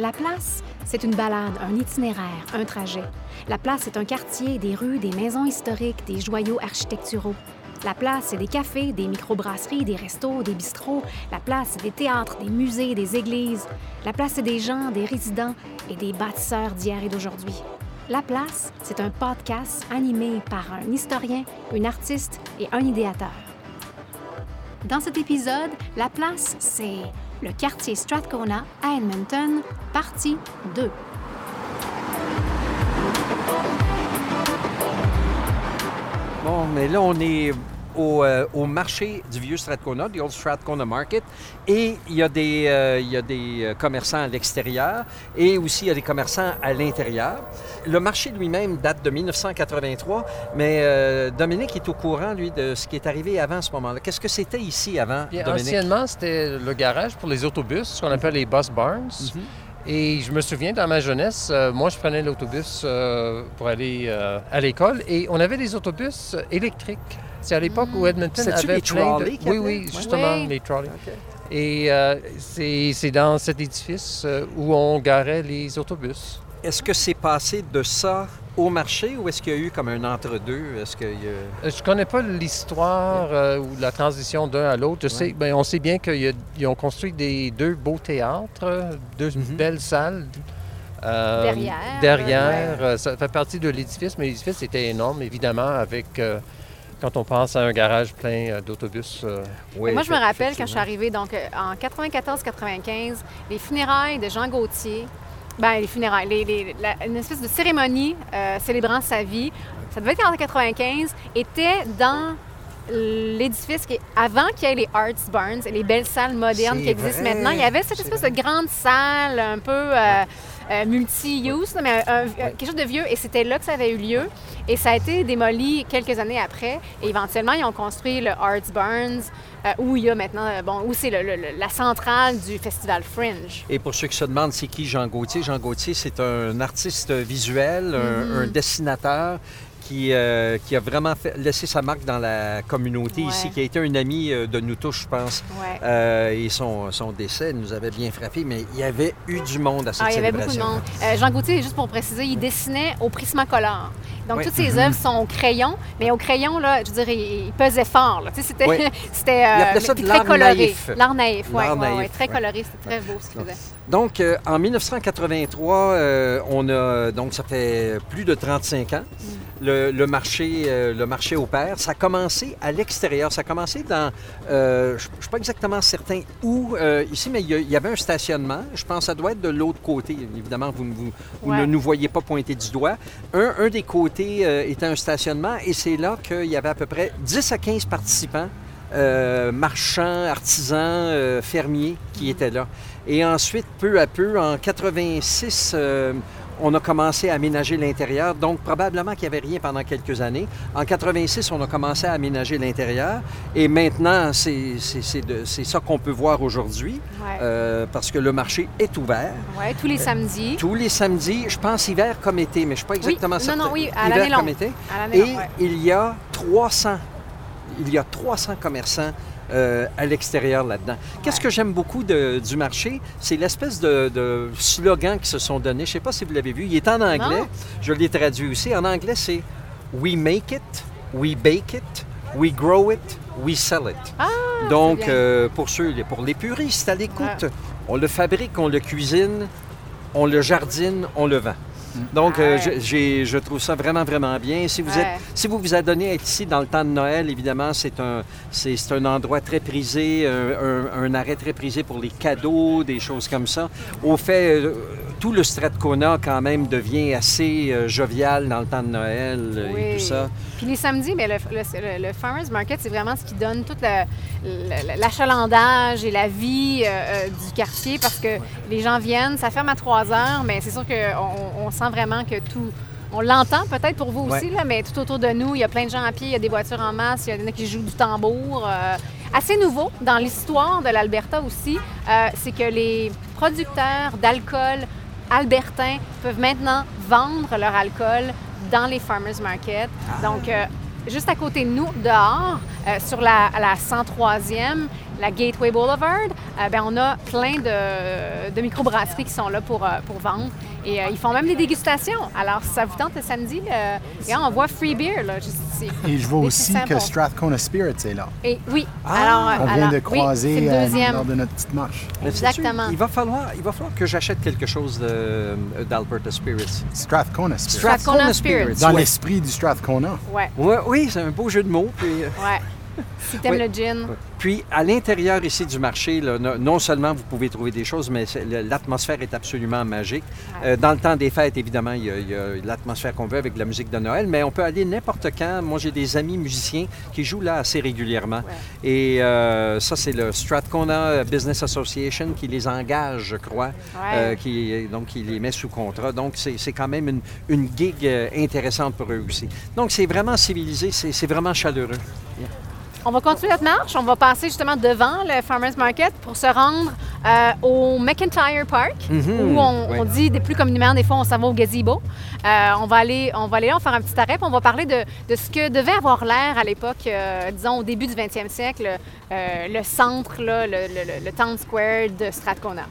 La place, c'est une balade, un itinéraire, un trajet. La place, c'est un quartier, des rues, des maisons historiques, des joyaux architecturaux. La place, c'est des cafés, des microbrasseries, des restos, des bistrots. La place, c'est des théâtres, des musées, des églises. La place, c'est des gens, des résidents et des bâtisseurs d'hier et d'aujourd'hui. La place, c'est un podcast animé par un historien, une artiste et un idéateur. Dans cet épisode, La place, c'est le quartier Strathcona à Edmonton, partie 2. Bon, mais là, on est au marché du vieux Strathcona, the Old Strathcona Market, et il y a des commerçants à l'extérieur et aussi il y a des commerçants à l'intérieur. Le marché lui-même date de 1983, mais Dominique est au courant, lui, de ce qui est arrivé avant ce moment-là. Qu'est-ce que c'était ici avant, Bien, Dominique? anciennement, c'était le garage pour les autobus, ce qu'on appelle les bus barns. Mm-hmm. Et je me souviens, dans ma jeunesse, moi, je prenais l'autobus pour aller à l'école et on avait des autobus électriques. C'est à l'époque où Edmonton avait plein de... Oui, justement, les trolleys. Okay. Et c'est dans cet édifice où on garait les autobus. Est-ce que c'est passé de ça au marché ou est-ce qu'il y a eu comme un entre-deux? Est-ce qu'il y a... Je connais pas l'histoire ou la transition d'un à l'autre. On sait bien qu'ils ont construit deux beaux théâtres, deux belles salles. Derrière. Ça fait partie de l'édifice, mais l'édifice était énorme, évidemment, avec... quand on pense à un garage plein d'autobus. Moi, je me rappelle quand je suis arrivée donc, en 94-95, les funérailles de Jean Gauthier, les funérailles, une espèce de cérémonie célébrant sa vie, ça devait être en 95, était dans l'édifice avant qu'il y ait les Arts Barns et les belles salles modernes qui existent maintenant. Il y avait cette espèce de grande salle un peu multi-use, mais quelque chose de vieux, et c'était là que ça avait eu lieu. Et ça a été démoli quelques années après. Et éventuellement, ils ont construit le Arts Barns, où il y a maintenant, où c'est la centrale du Festival Fringe. Et pour ceux qui se demandent, c'est qui Jean Gauthier? Jean Gauthier, c'est un artiste visuel, un dessinateur qui a vraiment laissé sa marque dans la communauté ici, qui a été un ami de nous tous, je pense. Et son décès nous avait bien frappé, mais il y avait eu du monde à cette célébration. Il y avait beaucoup de monde. Jean Gauthier, juste pour préciser, il dessinait au Prismacolor. Donc, toutes ses œuvres sont au crayon, mais au crayon, là, je veux dire, il pesait fort. Là. Tu sais, c'était il appelait ça de très coloré. Naïf. L'art naïf, oui, très coloré. C'était très beau ce qu'il faisait. Donc, en 1983, ça fait plus de 35 ans, le marché opère. Ça a commencé à l'extérieur. Ça a commencé dans, je ne suis pas exactement certain où ici, mais il y avait un stationnement. Je pense que ça doit être de l'autre côté. Évidemment, vous ne nous voyez pas pointer du doigt. Un des côtés était un stationnement et c'est là qu'il y avait à peu près 10 à 15 participants, marchands, artisans, fermiers qui étaient là. Et ensuite, peu à peu, en 86, on a commencé à aménager l'intérieur. Donc, probablement qu'il n'y avait rien pendant quelques années. En 86, on a commencé à aménager l'intérieur. Et maintenant, c'est ça qu'on peut voir aujourd'hui, parce que le marché est ouvert. Oui, tous les samedis. Tous les samedis, je pense hiver comme été, mais je ne suis pas exactement certain. Non, à l'année longue. Comme été. Il y a 300 commerçants à l'extérieur là-dedans. Qu'est-ce que j'aime beaucoup du marché? C'est l'espèce de slogan qu'ils se sont donné. Je ne sais pas si vous l'avez vu. Il est en anglais. Non. Je l'ai traduit aussi. En anglais, c'est « We make it, we bake it, we grow it, we sell it ». Donc, pour les puristes à l'écoute, on le fabrique, on le cuisine, on le jardine, on le vend. Donc, je trouve ça vraiment, vraiment bien. Si vous vous adonnez à être ici dans le temps de Noël, évidemment, c'est un endroit très prisé, un arrêt très prisé pour les cadeaux, des choses comme ça. Au fait, tout le Strathcona, quand même, devient assez jovial dans le temps de Noël et tout ça. Puis les samedis, bien, le Farmers Market, c'est vraiment ce qui donne tout l'achalandage et la vie du quartier, parce que les gens viennent, ça ferme à 3 heures, mais c'est sûr qu'on sent vraiment que tout... On l'entend peut-être pour vous aussi, là, mais tout autour de nous, il y a plein de gens à pied, il y a des voitures en masse, il y en a qui jouent du tambour. Assez nouveau dans l'histoire de l'Alberta aussi, c'est que les producteurs d'alcool albertains peuvent maintenant vendre leur alcool dans les Farmers Market. Donc, juste à côté de nous, dehors, sur la 103e, la Gateway Boulevard, on a plein de microbrasseries qui sont là pour vendre. Et ils font même des dégustations. Alors, si ça vous tente le samedi, on voit free beer là, juste ici. Et je vois aussi que Strathcona Spirits est là. Et oui. On vient de croiser lors de notre petite marche. Exactement. Il va falloir que j'achète quelque chose d'Alberta Spirits. Strathcona Spirits. Strathcona Spirits. Dans l'esprit du Strathcona. Oui, c'est un beau jeu de mots. Puis, si t'aimes le gin. Puis, à l'intérieur ici du marché, là, non seulement vous pouvez trouver des choses, mais l'atmosphère est absolument magique. Dans le temps des fêtes, évidemment, il y a l'atmosphère qu'on veut avec de la musique de Noël, mais on peut aller n'importe quand. Moi, j'ai des amis musiciens qui jouent là assez régulièrement. Ouais. Et ça, c'est le Strathcona Business Association qui les engage, je crois, qui les met sous contrat. Donc, c'est quand même une gig intéressante pour eux aussi. Donc, c'est vraiment civilisé, c'est vraiment chaleureux. Yeah. On va continuer notre marche. On va passer justement devant le Farmers Market pour se rendre au McIntyre Park, où on dit plus communément, des fois, on s'en va au gazebo. On va aller là, on va faire un petit arrêt, puis on va parler de ce que devait avoir l'air à l'époque, disons au début du 20e siècle, le centre, là, le Town Square de Strathcona.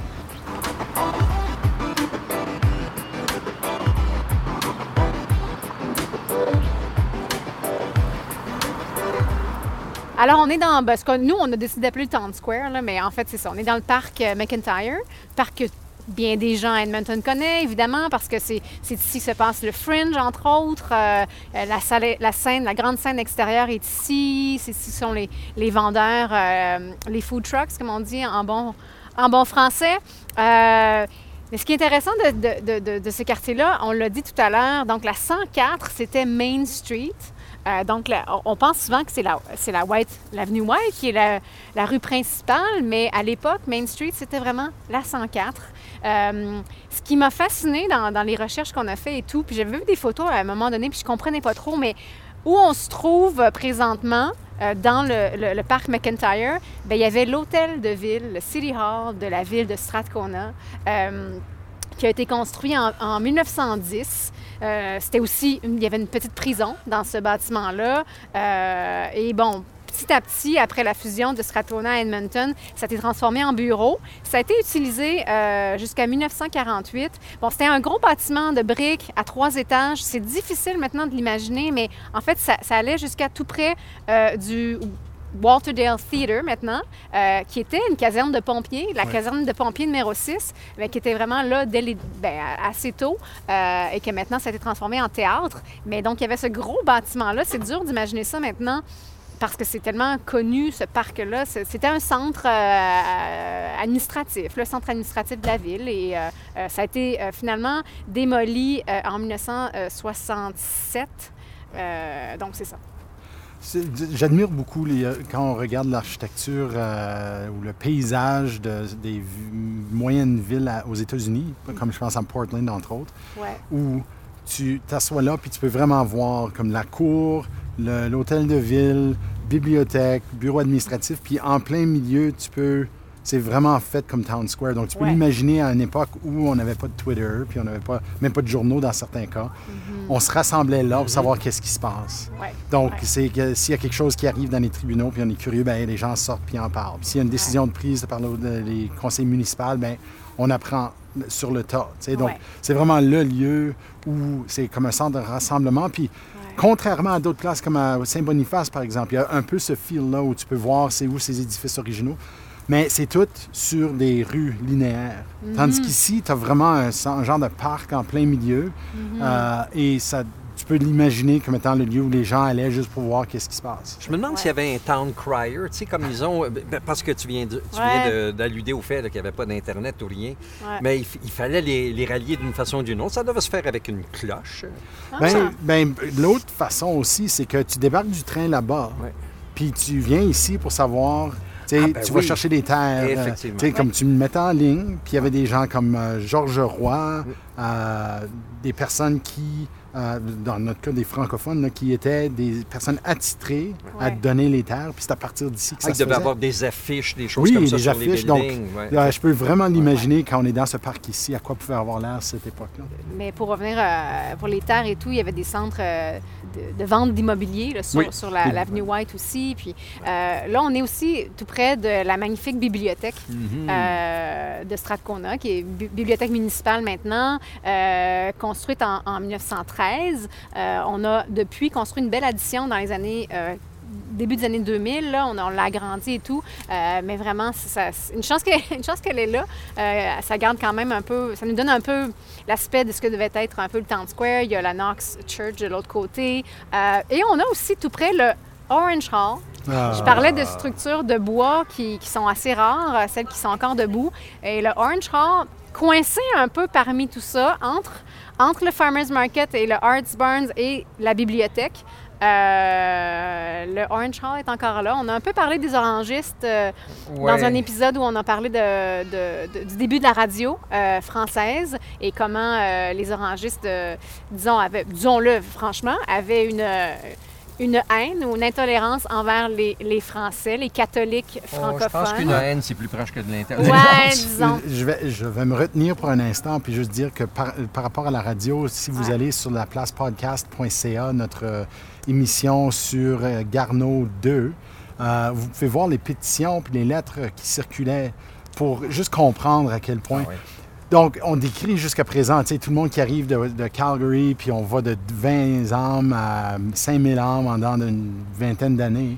Alors, on est dans ce que nous, on a décidé d'appeler le Town Square, là, mais en fait, c'est ça. On est dans le parc McIntyre, parc que bien des gens à Edmonton connaissent, évidemment, parce que c'est ici que se passe le Fringe, entre autres. La grande scène extérieure est ici. C'est ici sont les vendeurs, les food trucks, comme on dit en bon français. Mais ce qui est intéressant de ce quartier-là, on l'a dit tout à l'heure, donc la 104, c'était Main Street. Donc, on pense souvent que c'est l'avenue White qui est la rue principale, mais à l'époque, Main Street, c'était vraiment la 104. Ce qui m'a fascinée dans les recherches qu'on a fait et tout, puis j'avais vu des photos à un moment donné, puis je comprenais pas trop, mais où on se trouve présentement, dans le parc McIntyre, il y avait l'hôtel de ville, le City Hall de la ville de Strathcona, qui a été construit en 1910. C'était aussi, il y avait une petite prison dans ce bâtiment-là. Et bon, petit à petit, après la fusion de Strathcona à Edmonton, ça a été transformé en bureau. Ça a été utilisé jusqu'à 1948. Bon, c'était un gros bâtiment de briques à 3 étages. C'est difficile maintenant de l'imaginer, mais en fait, ça allait jusqu'à tout près du Walterdale Theatre maintenant, qui était une caserne de pompiers, la caserne de pompiers numéro 6, qui était vraiment là assez tôt et que maintenant ça a été transformé en théâtre. Mais donc il y avait ce gros bâtiment-là. C'est dur d'imaginer ça maintenant parce que c'est tellement connu, ce parc-là. C'était un centre administratif, le centre administratif de la ville. Et ça a été finalement démoli en 1967. Donc c'est ça. J'admire beaucoup quand on regarde l'architecture ou le paysage des moyennes villes aux États-Unis, comme je pense à Portland, entre autres, où tu t'assois là puis tu peux vraiment voir comme la cour, l'hôtel de ville, bibliothèque, bureau administratif, puis en plein milieu, c'est vraiment fait comme Town Square. Donc, tu peux l'imaginer à une époque où on n'avait pas de Twitter, puis on n'avait même pas de journaux dans certains cas. On se rassemblait là pour savoir qu'est-ce qui se passe. Donc, c'est que s'il y a quelque chose qui arrive dans les tribunaux, puis on est curieux, les gens sortent puis en parlent. Puis s'il y a une décision de prise par les conseils municipaux, on apprend sur le tas. Donc, c'est vraiment le lieu où c'est comme un centre de rassemblement. Puis, contrairement à d'autres places comme à Saint-Boniface, par exemple, il y a un peu ce feel-là où tu peux voir c'est où ces édifices originaux. Mais c'est tout sur des rues linéaires. Tandis qu'ici, tu as vraiment un genre de parc en plein milieu. Et ça, tu peux l'imaginer comme étant le lieu où les gens allaient juste pour voir qu'est-ce qui se passe. Je me demande s'il y avait un town crier, tu sais, comme ils ont... Parce que tu viens d'alluder au fait qu'il n'y avait pas d'Internet ou rien. Mais il fallait les rallier d'une façon ou d'une autre. Ça devait se faire avec une cloche. L'autre façon aussi, c'est que tu débarques du train là-bas. Puis tu viens ici pour savoir... tu vas chercher des terres, comme tu me mettais en ligne, puis il y avait des gens comme Georges Roy, des personnes qui dans notre cas des francophones, là, qui étaient des personnes attitrées à donner les terres, puis c'est à partir d'ici que ça se faisait. Il devait avoir des affiches, des choses comme ça sur les buildings. Donc, je peux vraiment l'imaginer quand on est dans ce parc ici, à quoi pouvait avoir l'air cette époque-là. Mais pour revenir pour les terres et tout, il y avait des centres de vente d'immobilier là, sur l'avenue White aussi. Puis là, on est aussi tout près de la magnifique bibliothèque de Strathcona, qui est bibliothèque municipale maintenant, construite en 1913. On a depuis construit une belle addition dans les années... début des années 2000, là, on l'a agrandi et tout, mais vraiment, une chance qu'elle est là. Ça garde quand même un peu, ça nous donne un peu l'aspect de ce que devait être un peu le Town Square. Il y a la Knox Church de l'autre côté. Et on a aussi tout près le Orange Hall. Je parlais de structures de bois qui sont assez rares, celles qui sont encore debout. Et le Orange Hall, coincé un peu parmi tout ça, entre le Farmers Market et le Arts Barnes et la bibliothèque. Le Orange Hall est encore là. On a un peu parlé des orangistes dans un épisode où on a parlé du début de la radio française et comment les orangistes, disons-le franchement, avaient une haine ou une intolérance envers les Français, les catholiques francophones. Je pense qu'une haine, c'est plus proche que de l'intolérance. Ouais, disons. Je vais me retenir pour un instant puis juste dire que par rapport à la radio, si vous allez sur la placepodcast.ca, notre émission sur Garneau 2, vous pouvez voir les pétitions puis les lettres qui circulaient pour juste comprendre à quel point... Donc, on décrit jusqu'à présent, tu sais, tout le monde qui arrive de Calgary, puis on va de 20 âmes à 5000 âmes en dans une vingtaine d'années.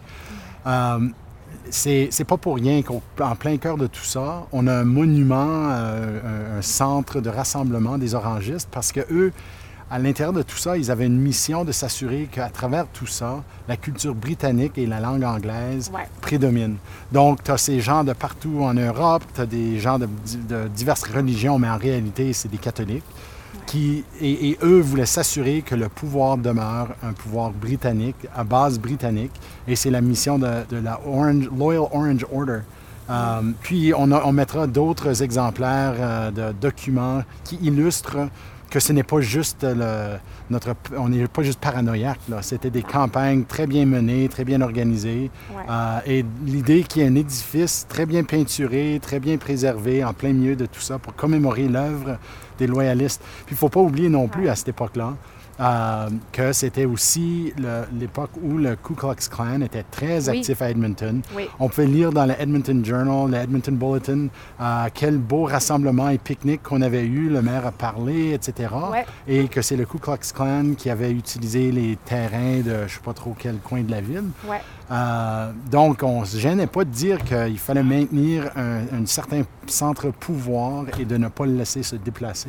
C'est pas pour rien qu'en plein cœur de tout ça, on a un monument, un centre de rassemblement des orangistes, parce que eux, à l'intérieur de tout ça, ils avaient une mission de s'assurer qu'à travers tout ça, la culture britannique et la langue anglaise prédominent. Donc, tu as ces gens de partout en Europe, tu as des gens de diverses religions, mais en réalité, c'est des catholiques, qui, et eux voulaient s'assurer que le pouvoir demeure un pouvoir britannique, à base britannique, et c'est la mission de la Loyal Orange Order. Puis, on mettra d'autres exemplaires de documents qui illustrent que ce n'est pas juste on n'est pas juste paranoïaque, là. C'était des campagnes très bien menées, très bien organisées. Et l'idée qu'il y ait un édifice très bien peinturé, très bien préservé, en plein milieu de tout ça, pour commémorer l'œuvre des loyalistes. Puis il ne faut pas oublier non plus, à cette époque-là, que c'était aussi l'époque où le Ku Klux Klan était très actif à Edmonton. On pouvait lire dans le Edmonton Journal, le Edmonton Bulletin, quel beau rassemblement et pique-nique qu'on avait eu, le maire a parlé, etc. Et que c'est le Ku Klux Klan qui avait utilisé les terrains de je ne sais pas trop quel coin de la ville. Donc, on ne se gênait pas de dire qu'il fallait maintenir un certain centre pouvoir et de ne pas le laisser se déplacer.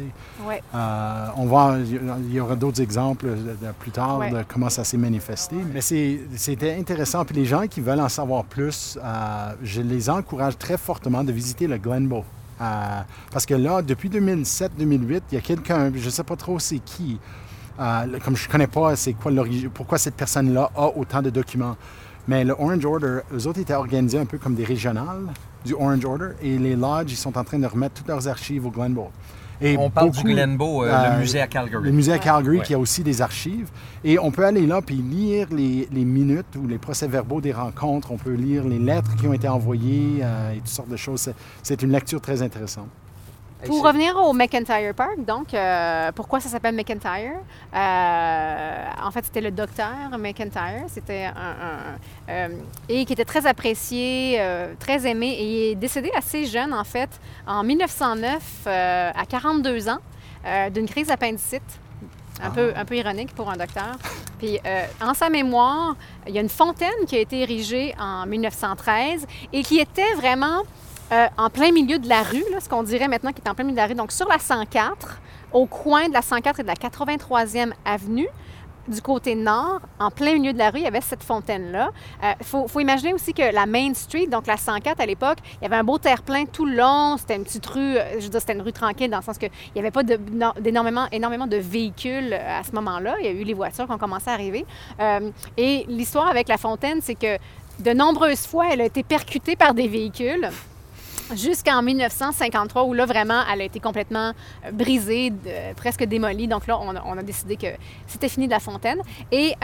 Il y aura d'autres exemples plus tard de comment ça s'est manifesté. Mais c'était intéressant. Puis les gens qui veulent en savoir plus, je les encourage très fortement de visiter le Glenbow. Parce que là, depuis 2007-2008, il y a quelqu'un, je ne sais pas trop c'est qui, comme je ne connais pas c'est quoi l'origine, pourquoi cette personne-là a autant de documents. Mais le Orange Order, eux autres étaient organisés un peu comme des régionales du Orange Order et les lodges, ils sont en train de remettre toutes leurs archives au Glenbow. Et on parle du Glenbow, le musée à Calgary. Le musée à Calgary qui a aussi des archives. Et on peut aller là puis lire les minutes ou les procès-verbaux des rencontres. On peut lire les lettres qui ont été envoyées et toutes sortes de choses. C'est une lecture très intéressante. Pour revenir au McIntyre Park, donc, pourquoi ça s'appelle McIntyre? En fait, c'était le docteur McIntyre. C'était et qui était très apprécié, très aimé. Et il est décédé assez jeune, en fait, en 1909, à 42 ans, d'une crise d'appendicite. Un peu ironique pour un docteur. Puis, en sa mémoire, il y a une fontaine qui a été érigée en 1913 et qui était vraiment... en plein milieu de la rue, là, ce qu'on dirait maintenant qui est en plein milieu de la rue, donc sur la 104, au coin de la 104 et de la 83e avenue, du côté nord, en plein milieu de la rue, il y avait cette fontaine-là. Faut imaginer aussi que la Main Street, donc la 104 à l'époque, il y avait un beau terre-plein tout le long. C'était une petite rue, je veux dire, c'était une rue tranquille dans le sens qu'il n'y avait pas énormément de véhicules à ce moment-là. Il y a eu les voitures qui ont commencé à arriver. Et l'histoire avec la fontaine, c'est que de nombreuses fois, elle a été percutée par des véhicules. jusqu'en 1953, où là, vraiment, elle a été complètement brisée, presque démolie. Donc là, on a décidé que c'était fini de la fontaine. Et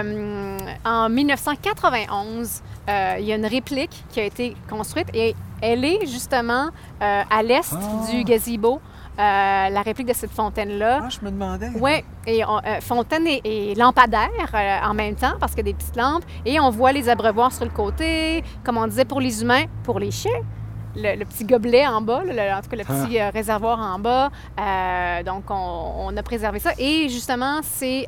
en 1991, il y a une réplique qui a été construite et elle est justement à l'est du gazebo. La réplique de cette fontaine-là. Ah, je me demandais. Oui, et fontaine et lampadaire en même temps, parce qu'il y a des petites lampes. Et on voit les abreuvoirs sur le côté, comme on disait pour les humains, pour les chiens. Le petit gobelet en bas, en tout cas le petit réservoir en bas. Donc, on a préservé ça. Et justement, c'est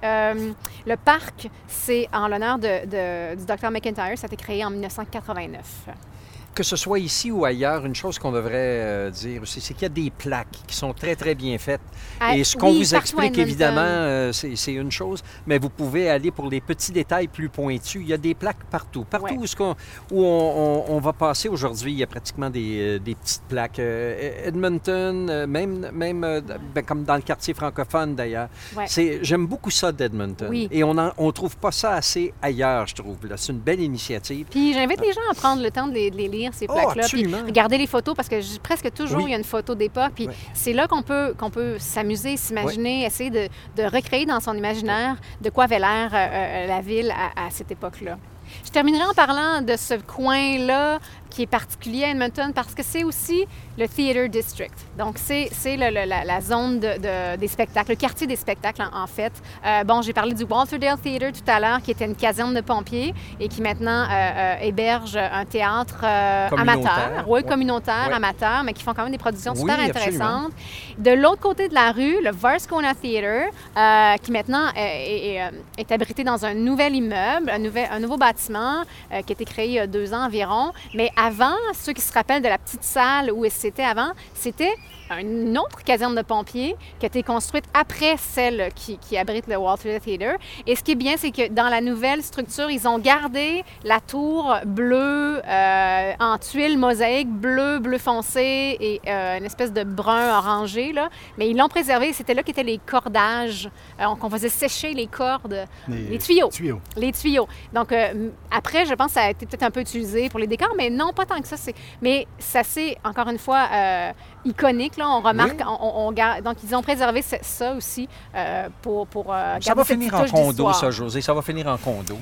le parc, c'est en l'honneur du Dr. McIntyre. Ça a été créé en 1989. Que ce soit ici ou ailleurs, une chose qu'on devrait dire aussi, c'est qu'il y a des plaques qui sont très, très bien faites. Et ce qu'on vous explique, évidemment, c'est une chose, mais vous pouvez aller pour les petits détails plus pointus. Il y a des plaques partout. Partout où on va passer aujourd'hui, il y a pratiquement des petites plaques. Edmonton, même comme dans le quartier francophone, d'ailleurs. J'aime beaucoup ça d'Edmonton. Oui. Et on ne trouve pas ça assez ailleurs, je trouve. C'est une belle initiative. Puis j'invite les gens à prendre le temps de les lire, ces plaques-là. Puis regarder les photos, parce que presque toujours, il y a une photo d'époque. Puis c'est là qu'on peut s'amuser, s'imaginer, essayer de recréer dans son imaginaire de quoi avait l'air la ville à cette époque-là. Je terminerai en parlant de ce coin-là qui est particulier à Edmonton parce que c'est aussi le Theatre District. Donc, c'est la zone des spectacles, le quartier des spectacles, en fait. J'ai parlé du Walterdale Theatre tout à l'heure, qui était une caserne de pompiers et qui maintenant héberge un théâtre amateur. Oui, communautaire, amateur, mais qui font quand même des productions super intéressantes. De l'autre côté de la rue, le Varscona Theatre, qui maintenant est abrité dans un nouvel immeuble, un nouveau bâtiment qui a été créé il y a 2 ans environ. Mais avant, ceux qui se rappellent de la petite salle où c'était avant, c'était une autre caserne de pompiers qui a été construite après celle qui abrite le Walterdale Theatre. Et ce qui est bien, c'est que dans la nouvelle structure, ils ont gardé la tour bleue en tuiles mosaïque, bleu foncé et une espèce de brun orangé, là. Mais ils l'ont préservé. C'était là qu'étaient les cordages, qu'on faisait sécher les cordes, les tuyaux. Les tuyaux. Donc, après, je pense que ça a été peut-être un peu utilisé pour les décors, mais non, pas tant que ça. Mais ça, c'est, encore une fois, iconique. Là, on remarque, donc ils ont préservé ça aussi pour garder ça va cette finir en condo, ça, Josée. Ça va finir en condo.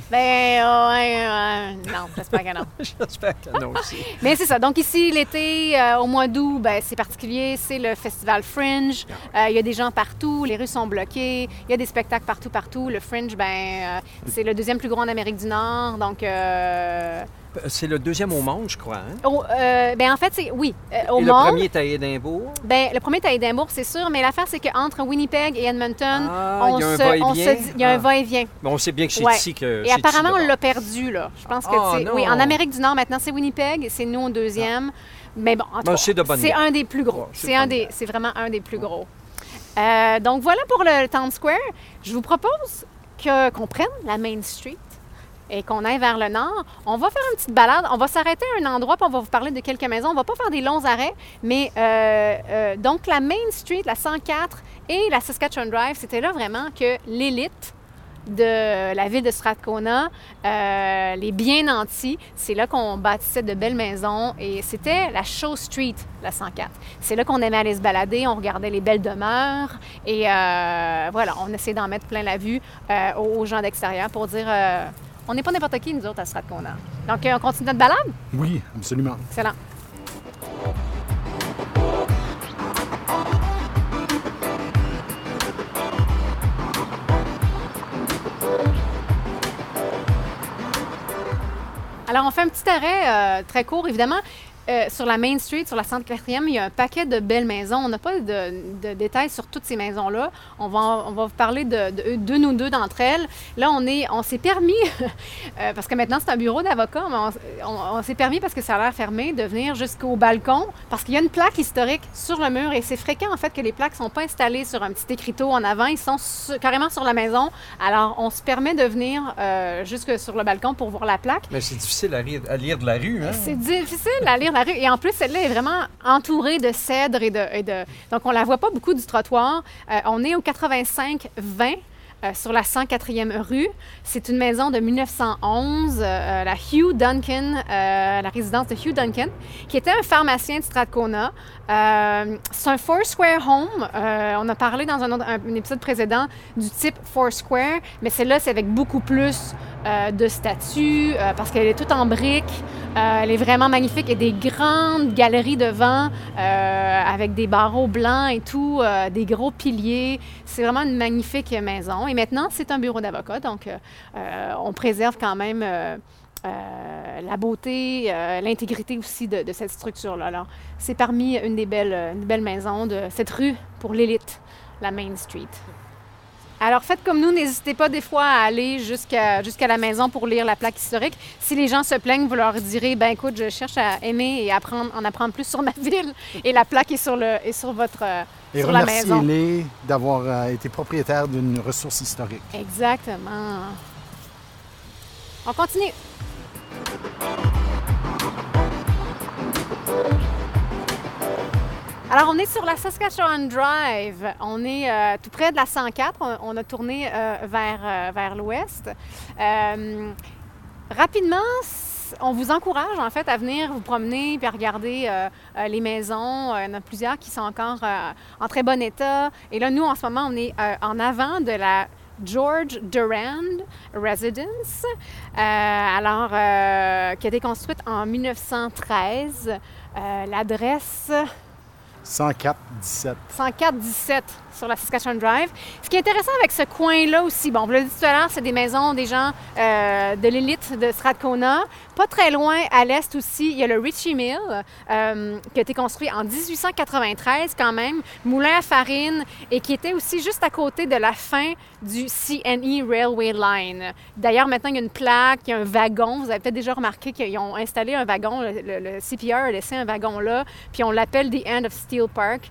Non, j'espère que non. J'espère que non aussi. Mais c'est ça. Donc ici, l'été, au mois d'août, c'est particulier. C'est le festival Fringe. Il y a des gens partout. Les rues sont bloquées. Il y a des spectacles partout. Le Fringe, c'est le 2e plus gros en Amérique du Nord. Donc... c'est le 2e au monde, je crois. Hein? En fait, c'est au monde. Le premier est à Édimbourg? Le premier est à Édimbourg, c'est sûr, mais l'affaire, c'est qu'entre Winnipeg et Edmonton, il y a un va-et-vient. Mais on sait bien que c'est ici que... Et apparemment, on l'a perdu, là. Je pense que oui, en Amérique du Nord, maintenant, c'est Winnipeg, c'est nous au 2e. Mais bon, en tout cas, c'est un des plus gros. C'est vraiment un des plus gros. Donc, voilà pour le Town Square. Je vous propose qu'on prenne la Main Street et qu'on aille vers le nord. On va faire une petite balade. On va s'arrêter à un endroit, puis on va vous parler de quelques maisons. On ne va pas faire des longs arrêts, mais donc la Main Street, la 104 et la Saskatchewan Drive, c'était là vraiment que l'élite de la ville de Strathcona, les bien nantis, c'est là qu'on bâtissait de belles maisons et c'était la Show Street, la 104. C'est là qu'on aimait aller se balader, on regardait les belles demeures et voilà, on essayait d'en mettre plein la vue aux gens d'extérieur pour dire... on n'est pas n'importe qui, nous autres, à Strathcona. Donc, on continue notre balade? Oui, absolument. Excellent. Alors, on fait un petit arrêt très court, évidemment. Sur la Main Street, sur la 104e, il y a un paquet de belles maisons. On n'a pas de détails sur toutes ces maisons-là. On va vous parler d'une ou deux d'entre elles. Là, on s'est permis, parce que maintenant c'est un bureau d'avocat, mais on s'est permis, parce que ça a l'air fermé, de venir jusqu'au balcon, parce qu'il y a une plaque historique sur le mur et c'est fréquent en fait que les plaques ne sont pas installées sur un petit écriteau en avant, ils sont carrément sur la maison. Alors, on se permet de venir jusque sur le balcon pour voir la plaque. Mais c'est difficile à lire de la rue, hein? C'est difficile à lire de la rue. Et en plus, celle-là est vraiment entourée de cèdres et de... Donc, on la voit pas beaucoup du trottoir. On est au 85-20 sur la 104e rue. C'est une maison de 1911, la Hugh Duncan, la résidence de Hugh Duncan, qui était un pharmacien de Strathcona. C'est un Foursquare home. On a parlé dans un épisode précédent du type Foursquare, mais celle-là, c'est avec beaucoup plus de statues, parce qu'elle est toute en briques. Elle est vraiment magnifique. Il y a des grandes galeries devant, avec des barreaux blancs et tout, des gros piliers. C'est vraiment une magnifique maison. Et maintenant, c'est un bureau d'avocat, donc on préserve quand même la beauté, l'intégrité aussi de cette structure-là. Alors, c'est parmi une belle maison de cette rue pour l'élite, la Main Street. Alors, faites comme nous, n'hésitez pas des fois à aller jusqu'à la maison pour lire la plaque historique. Si les gens se plaignent, vous leur direz, ben écoute, je cherche à aimer et en apprendre plus sur ma ville. Et la plaque est sur la maison. Et remerciez-les d'avoir été propriétaires d'une ressource historique. Exactement. On continue. Alors, on est sur la Saskatchewan Drive. On est tout près de la 104. On a tourné vers l'ouest. Rapidement, on vous encourage, en fait, à venir vous promener et à regarder les maisons. Il y en a plusieurs qui sont encore en très bon état. Et là, nous, en ce moment, on est en avant de la George Durand Residence, qui a été construite en 1913. L'adresse... 104-17. 104-17 sur la Saskatchewan Drive. Ce qui est intéressant avec ce coin-là aussi, bon, vous l'avez dit tout à l'heure, c'est des maisons des gens de l'élite de Strathcona. Pas très loin, à l'est aussi, il y a le Ritchie Mill, qui a été construit en 1893 quand même, moulin à farine, et qui était aussi juste à côté de la fin du CNE Railway Line. D'ailleurs, maintenant, il y a une plaque, il y a un wagon. Vous avez peut-être déjà remarqué qu'ils ont installé un wagon, le CPR a laissé un wagon là, puis on l'appelle The End of Steel Park.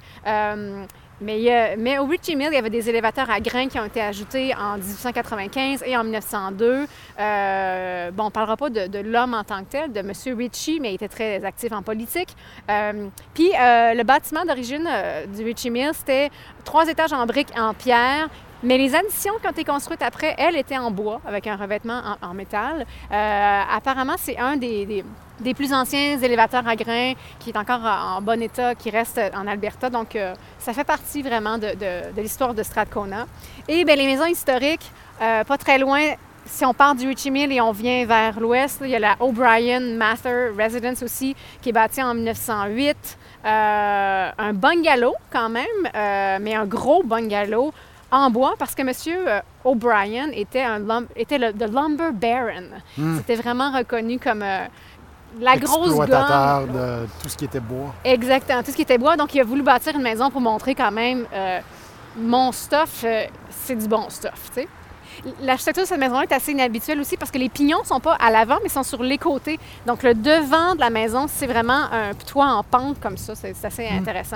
Mais au Ritchie Mill, il y avait des élévateurs à grains qui ont été ajoutés en 1895 et en 1902. On ne parlera pas de l'homme en tant que tel, de M. Ritchie, mais il était très actif en politique. Puis le bâtiment d'origine du Ritchie Mill, c'était 3 étages en briques en pierre. Mais les additions qui ont été construites après, elles, étaient en bois, avec un revêtement en métal. Apparemment, c'est un des plus anciens élévateurs à grains qui est encore en bon état, qui reste en Alberta. Donc, ça fait partie vraiment de l'histoire de Strathcona. Et bien, les maisons historiques, pas très loin, si on part du Ritchie Mill et on vient vers l'ouest, il y a la O'Brien Mather Residence aussi, qui est bâtie en 1908. Un bungalow quand même, mais un gros bungalow en bois, parce que M. O'Brien était le Lumber Baron. C'était vraiment reconnu comme la grosse gomme. Exploitateur de tout ce qui était bois. Exactement, tout ce qui était bois. Donc, il a voulu bâtir une maison pour montrer quand même mon stuff, c'est du bon stuff, tu sais. L'architecture de cette maison-là est assez inhabituelle aussi parce que les pignons ne sont pas à l'avant, mais sont sur les côtés. Donc, le devant de la maison, c'est vraiment un toit en pente comme ça. C'est assez intéressant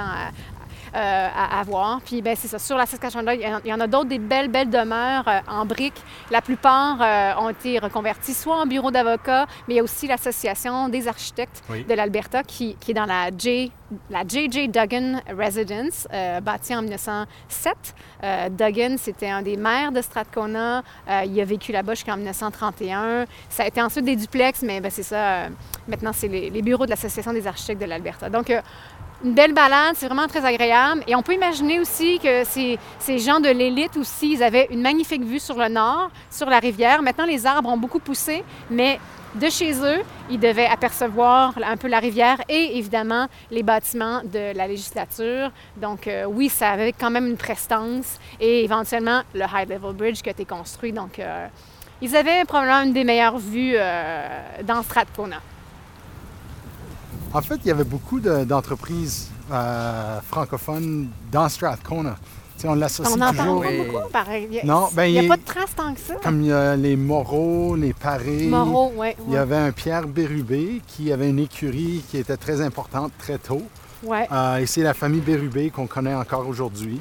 à voir. Puis, bien, c'est ça. Sur la Saskatchewan Drive, il y en a d'autres, des belles demeures en briques. La plupart ont été reconverties soit en bureau d'avocat, mais il y a aussi l'Association des architectes de l'Alberta qui est dans la J.J. Duggan Residence, bâtie en 1907. Duggan, c'était un des maires de Strathcona. Il a vécu là-bas jusqu'en 1931. Ça a été ensuite des duplex, mais bien, c'est ça. Maintenant, c'est les bureaux de l'Association des architectes de l'Alberta. Donc, une belle balade, c'est vraiment très agréable. Et on peut imaginer aussi que ces gens de l'élite aussi, ils avaient une magnifique vue sur le nord, sur la rivière. Maintenant, les arbres ont beaucoup poussé, mais de chez eux, ils devaient apercevoir un peu la rivière et évidemment les bâtiments de la législature. Donc oui, ça avait quand même une prestance et éventuellement le High Level Bridge qui a été construit. Donc ils avaient probablement une des meilleures vues dans Strathcona. En fait, il y avait beaucoup d'entreprises francophones dans Strathcona. T'sais, on l'associe toujours... On n'en parle pas beaucoup, pareil. Non, ben, il n'y a pas de traces tant que ça. Comme il y a les Moreau, les Paré. Moreau, oui. Il y avait un Pierre Bérubé qui avait une écurie qui était très importante très tôt. Ouais. Et c'est la famille Bérubé qu'on connaît encore aujourd'hui.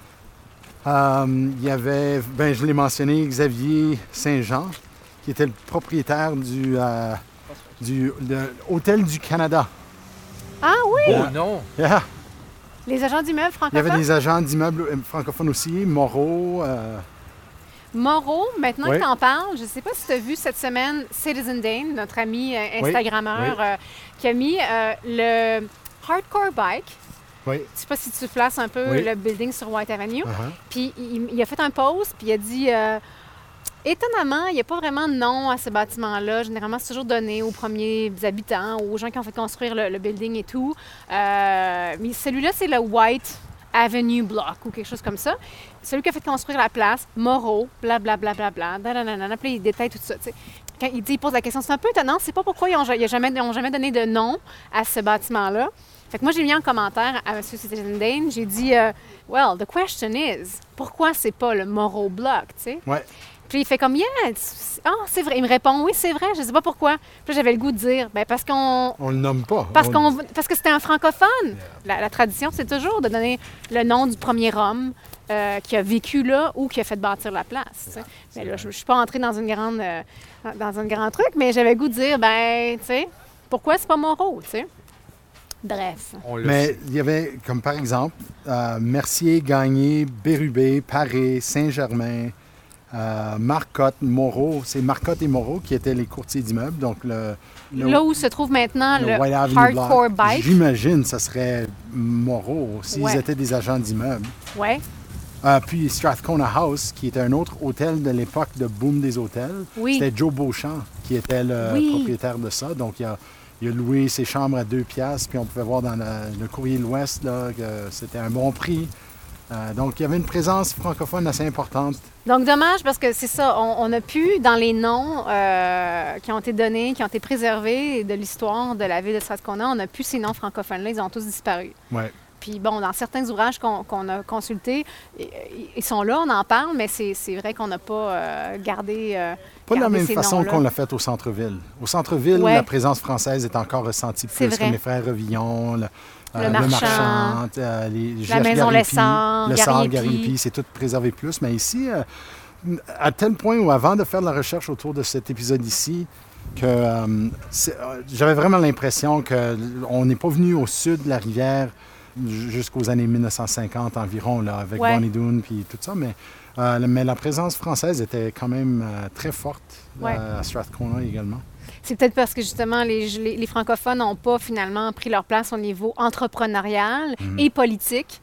Il y avait, je l'ai mentionné, Xavier Saint-Jean, qui était le propriétaire de l'Hôtel du Canada. Ah oui! Oh non! Yeah. Les agents d'immeubles francophones? Il y avait des agents d'immeubles francophones aussi, Moreau. Moreau, maintenant que tu en parles, je ne sais pas si tu as vu cette semaine Citizen Dane, notre ami Instagrammeur, qui a mis le Hardcore Bike. Oui. Je ne sais pas si tu places un peu le building sur White Avenue. Puis il a fait un post, puis il a dit étonnamment, il n'y a pas vraiment de nom à ce bâtiment-là. Généralement, c'est toujours donné aux premiers habitants, aux gens qui ont fait construire le building et tout. Mais celui-là, c'est le White Avenue Block ou quelque chose comme ça. Celui qui a fait construire la place, Moreau, blablabla, puis il détaille tout ça. T'sais. Quand il pose la question, c'est un peu étonnant, c'est pas pourquoi ils n'ont jamais donné de nom à ce bâtiment-là. Fait que moi, j'ai mis en commentaire à M. Citizen Dane, j'ai dit well, the question is, pourquoi c'est pas le Moreau Block, tu sais? Ouais. Puis il fait comme, c'est vrai. Il me répond, oui, c'est vrai, je sais pas pourquoi. Puis là, j'avais le goût de dire, parce qu'on... On le nomme pas. Parce que c'était un francophone. La tradition, c'est toujours de donner le nom du premier homme qui a vécu là ou qui a fait bâtir la place. Mais là, je suis pas entrée dans un grand truc, mais j'avais le goût de dire, tu sais, pourquoi c'est pas Moreau, tu sais? Bref. Mais il y avait, comme par exemple, Mercier, Gagné, Bérubé, Paré, Saint-Germain, Marcotte, Moreau. C'est Marcotte et Moreau qui étaient les courtiers d'immeubles. Donc là où se trouve maintenant le Hardcore Bike. J'imagine que ce serait Moreau s'ils étaient des agents d'immeubles. Oui. Puis Strathcona House, qui était un autre hôtel de l'époque de boom des hôtels. Oui. C'était Joe Beauchamp qui était le propriétaire de ça. Donc il a loué ses chambres à 2 piastres, puis on pouvait voir dans le Courrier de l'Ouest là, que c'était un bon prix. Donc, il y avait une présence francophone assez importante. Donc, dommage, parce que c'est ça, on a pu, dans les noms qui ont été donnés, qui ont été préservés de l'histoire de la ville de Strathcona, on a pu ces noms francophones-là, ils ont tous disparu. Oui. Puis bon, dans certains ouvrages qu'on a consultés, ils sont là, on en parle, mais c'est vrai qu'on n'a pas gardé pas de la même ces façon noms-là. qu'on l'a fait au centre-ville. Au centre-ville, la présence française est encore ressentie plus, comme les frères Revillon, le Marchand, la Maison Lessard, le Sard, Gariépy, c'est tout préservé plus. Mais ici, à tel point où avant de faire de la recherche autour de cet épisode ici, que j'avais vraiment l'impression qu'on n'est pas venu au sud de la rivière jusqu'aux années 1950 environ, là, avec Bonnie Doon puis tout ça, mais la présence française était quand même très forte à Strathcona également. C'est peut-être parce que justement les francophones n'ont pas finalement pris leur place au niveau entrepreneurial et politique.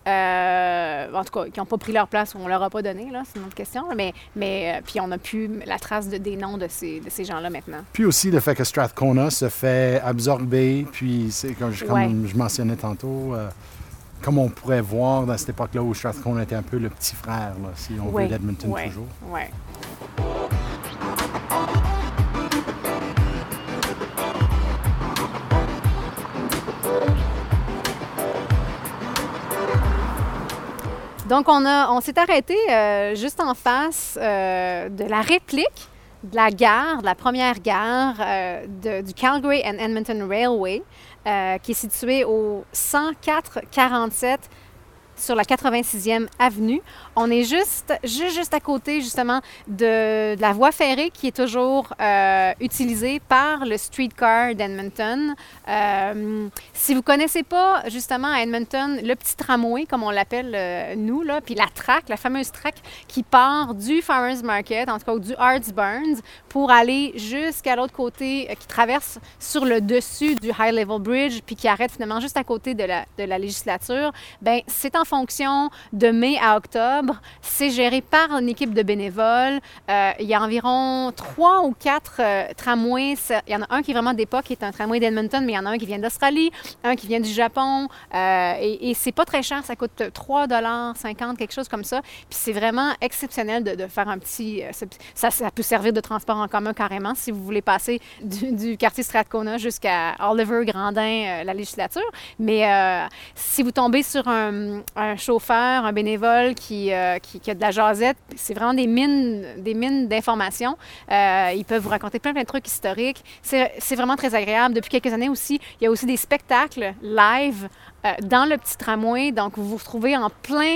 En tout cas, qui n'ont pas pris leur place ou on ne leur a pas donné, là, c'est une autre question. Mais puis on n'a plus la trace des noms de ces gens-là maintenant. Puis aussi le fait que Strathcona se fait absorber, puis c'est comme je mentionnais tantôt, comme on pourrait voir dans cette époque-là où Strathcona était un peu le petit frère, là, si on veut, d'Edmonton toujours. Oui. Donc, on s'est arrêté juste en face de la réplique de la gare, de la première gare du Calgary and Edmonton Railway, qui est située au 104-47 sur la 86e avenue. On est juste à côté, justement, de la voie ferrée qui est toujours utilisée par le streetcar d'Edmonton. Si vous ne connaissez pas, justement, à Edmonton, le petit tramway, comme on l'appelle nous, là, puis la fameuse track qui part du Farmers Market, en tout cas, ou du Arts Burns, pour aller jusqu'à l'autre côté, qui traverse sur le dessus du High Level Bridge, puis qui arrête finalement juste à côté de la législature, bien, c'est en fonction de mai à octobre. C'est géré par une équipe de bénévoles. Il y a environ 3 ou 4 tramways. Il y en a un qui est vraiment d'époque, qui est un tramway d'Edmonton, mais il y en a un qui vient d'Australie, un qui vient du Japon. Et c'est pas très cher. Ça coûte 3,50 $, quelque chose comme ça. Puis c'est vraiment exceptionnel de faire un petit... Ça peut servir de transport en commun carrément si vous voulez passer du quartier Strathcona jusqu'à Oliver, Grandin, la législature. Mais si vous tombez sur un chauffeur, un bénévole qui a de la jasette, c'est vraiment des mines d'informations. Ils peuvent vous raconter plein de trucs historiques. C'est vraiment très agréable. Depuis quelques années aussi, il y a aussi des spectacles live dans le petit tramway. Donc, vous vous retrouvez en plein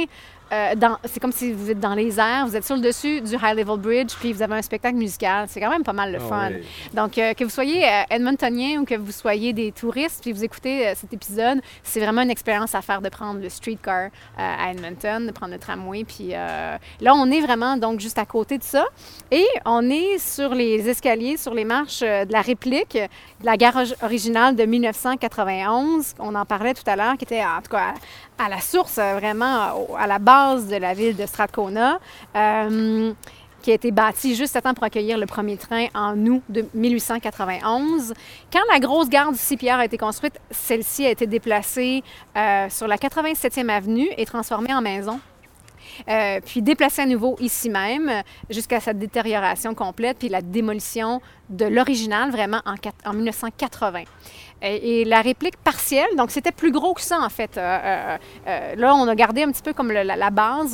c'est comme si vous êtes dans les airs, vous êtes sur le dessus du High Level Bridge, puis vous avez un spectacle musical. C'est quand même pas mal le fun. Oui. Donc, que vous soyez Edmontonien ou que vous soyez des touristes, puis vous écoutez cet épisode, c'est vraiment une expérience à faire de prendre le streetcar à Edmonton, de prendre le tramway. Puis là, on est vraiment donc juste à côté de ça. Et on est sur les escaliers, sur les marches de la réplique de la gare originale de 1991. On en parlait tout à l'heure, qui était en tout cas à la source, vraiment à la base de la ville de Strathcona. Qui a été bâtie juste à temps pour accueillir le premier train en août de 1891. Quand la grosse gare du CPR a été construite, celle-ci a été déplacée sur la 87e avenue et transformée en maison. Puis déplacée à nouveau ici même jusqu'à sa détérioration complète, puis la démolition de l'original vraiment en 1980. Et la réplique partielle, donc c'était plus gros que ça en fait. Là, on a gardé un petit peu comme la base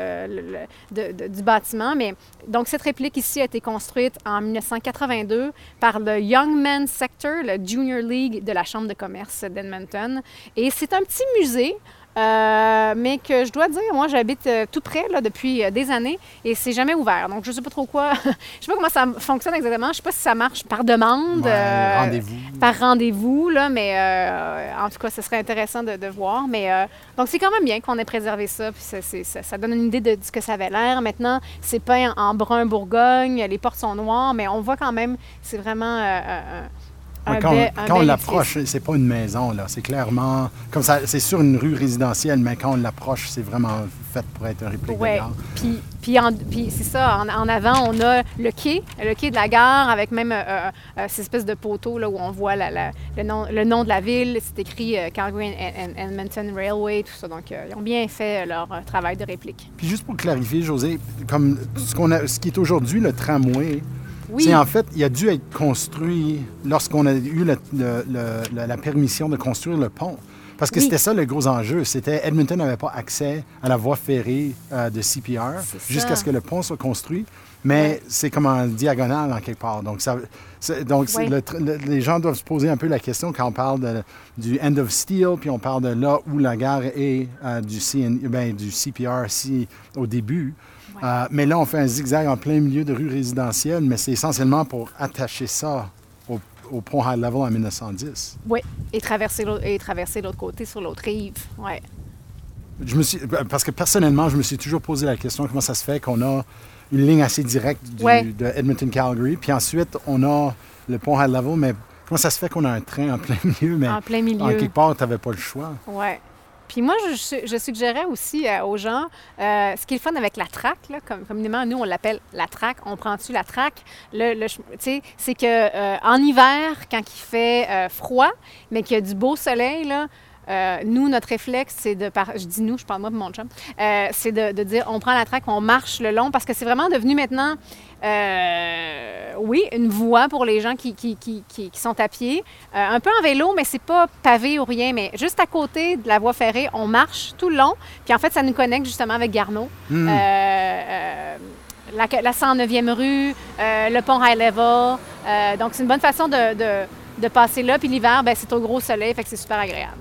du bâtiment, mais donc cette réplique ici a été construite en 1982 par le Young Men's Sector, le Junior League de la Chambre de commerce d'Edmonton. Et c'est un petit musée. Mais que je dois dire, moi, j'habite tout près là, depuis des années et c'est jamais ouvert. Donc, je sais pas trop quoi. Je sais pas comment ça fonctionne exactement. Je sais pas si ça marche par demande. Rendez-vous. Par rendez-vous, là, mais en tout cas, ce serait intéressant de voir. Mais donc, c'est quand même bien qu'on ait préservé ça. Puis ça donne une idée de ce que ça avait l'air. Maintenant, c'est peint en brun Bourgogne. Les portes sont noires, mais on voit quand même, c'est vraiment quand on l'approche, c'est pas une maison, là. C'est clairement... Comme ça, c'est sur une rue résidentielle, mais quand on l'approche, c'est vraiment fait pour être un réplique de gare. Puis c'est ça, en avant, on a le quai de la gare, avec même cette espèce de poteau là, où on voit le nom de la ville. C'est écrit Calgary and Edmonton Railway, tout ça. Donc, ils ont bien fait leur travail de réplique. Puis juste pour clarifier, Josée, comme ce qui est aujourd'hui le tramway... Oui. C'est en fait, il a dû être construit lorsqu'on a eu la permission de construire le pont. Parce que c'était ça le gros enjeu. C'était Edmonton n'avait pas accès à la voie ferrée de CPR jusqu'à ce que le pont soit construit. Mais c'est comme en diagonale en quelque part. Donc, les gens doivent se poser un peu la question quand on parle du End of Steel, puis on parle de là où la gare est du CPR au début. Mais là, on fait un zigzag en plein milieu de rue résidentielle, mais c'est essentiellement pour attacher ça au pont High Level en 1910. Oui, et traverser l'autre côté sur l'autre rive. Oui. Parce que personnellement, je me suis toujours posé la question comment ça se fait qu'on a une ligne assez directe de Edmonton-Calgary, puis ensuite on a le pont High Level, mais comment ça se fait qu'on a un train en plein milieu? Mais en plein milieu. En quelque part, tu n'avais pas le choix. Oui. Puis moi, je suggérais aussi aux gens, ce qui est le fun avec la track, là, communément, nous, on l'appelle la track. On prend-tu la track? C'est qu'en hiver, quand il fait froid, mais qu'il y a du beau soleil, là, nous, notre réflexe, c'est je dis nous, je parle moi de mon chum, c'est de dire, on prend la track, on marche le long, parce que c'est vraiment devenu maintenant, une voie pour les gens qui sont à pied. Un peu en vélo, mais c'est pas pavé ou rien, mais juste à côté de la voie ferrée, on marche tout le long. Puis en fait, ça nous connecte justement avec Garneau. La 109e rue, le pont High Level. Donc, c'est une bonne façon de passer là. Puis l'hiver, c'est au gros soleil, fait que c'est super agréable.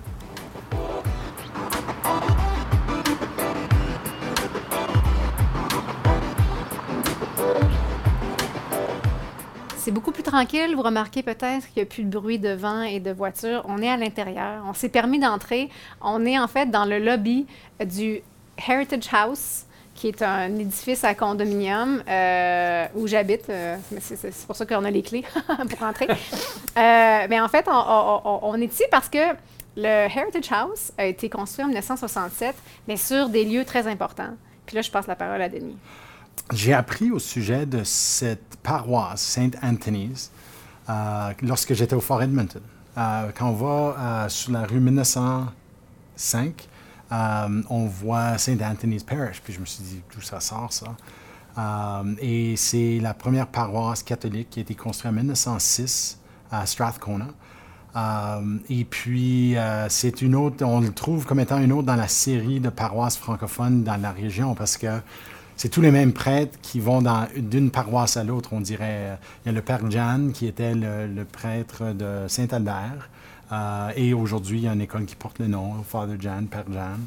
C'est beaucoup plus tranquille. Vous remarquez peut-être qu'il n'y a plus de bruit de vent et de voitures. On est à l'intérieur. On s'est permis d'entrer. On est en fait dans le lobby du Heritage House, qui est un édifice à condominium où j'habite. C'est pour ça qu'on a les clés pour rentrer. Mais en fait, on est ici parce que le Heritage House a été construit en 1967, mais sur des lieux très importants. Puis là, je passe la parole à Denis. J'ai appris au sujet de cette paroisse, St. Anthony's, lorsque j'étais au Fort Edmonton. Quand on va sur la rue 1905, on voit St. Anthony's Parish. Puis je me suis dit, d'où ça sort, ça? Et c'est la première paroisse catholique qui a été construite en 1906 à Strathcona. Et puis, c'est une autre, on le trouve comme étant une autre dans la série de paroisses francophones dans la région parce que c'est tous les mêmes prêtres qui vont d'une paroisse à l'autre, on dirait. Il y a le Père Jan qui était le prêtre de Saint-Albert. Et aujourd'hui, il y a une école qui porte le nom, Father Jan, Père Jan.